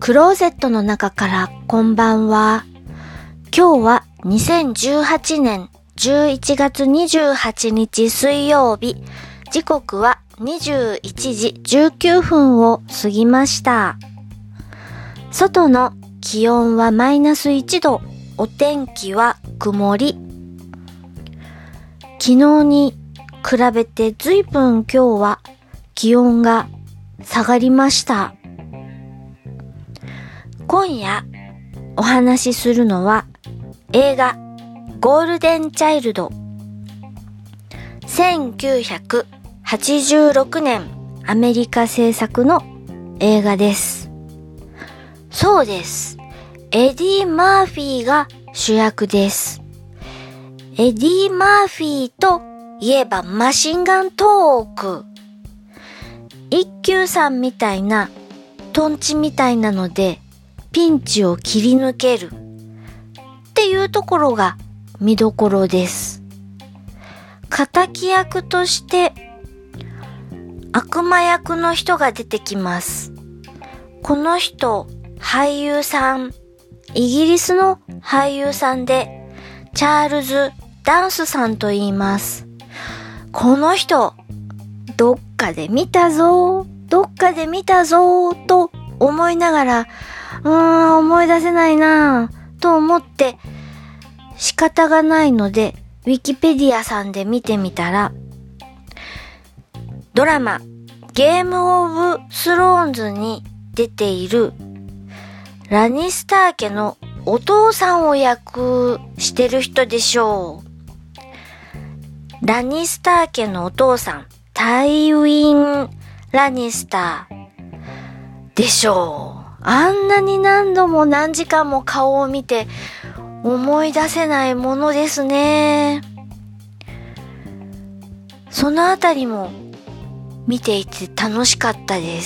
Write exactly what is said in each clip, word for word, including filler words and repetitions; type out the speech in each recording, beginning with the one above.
クローゼットの中からこんばんは。今日はにせんじゅうはちねんじゅういちがつにじゅうはちにち水曜日、時刻はにじゅういちじじゅうきゅうふんを過ぎました。外の気温はマイナスいちど、お天気は曇り。昨日に比べてずいぶん今日は気温が下がりました。今夜お話しするのは映画ゴールデンチャイルド。せんきゅうひゃくはちじゅうろくねんアメリカ製作の映画です。そうです。エディ・マーフィーが主役です。エディ・マーフィーといえばマシンガントーク。一休さんみたいなトンチみたいなのでピンチを切り抜けるっていうところが見どころです。敵役として悪魔役の人が出てきます。この人、俳優さん、イギリスの俳優さんでチャールズ・ダンスさんと言います。この人、どっかで見たぞー、どっかで見たぞーと思いながら、うーん、思い出せないなぁと思って仕方がないのでウィキペディアさんで見てみたら、ドラマゲームオブスローンズに出ているラニスター家のお父さんを役してる人でしょう。ラニスター家のお父さん、タイウィン・ラニスターでしょう。あんなに何度も何時間も顔を見て思い出せないものですね。そのあたりも見ていて楽しかったです。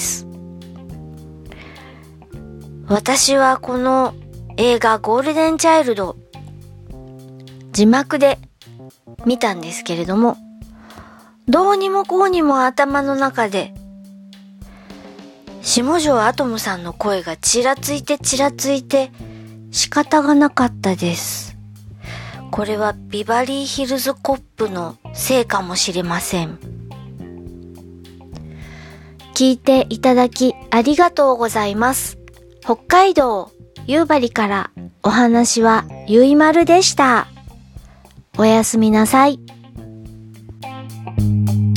私はこの映画ゴールデンチャイルド字幕で見たんですけれども、どうにもこうにも頭の中で下條アトムさんの声がちらついてちらついて仕方がなかったです。これはビバリーヒルズコップのせいかもしれません。聞いていただきありがとうございます。北海道夕張からお話はゆいまるでした。おやすみなさい。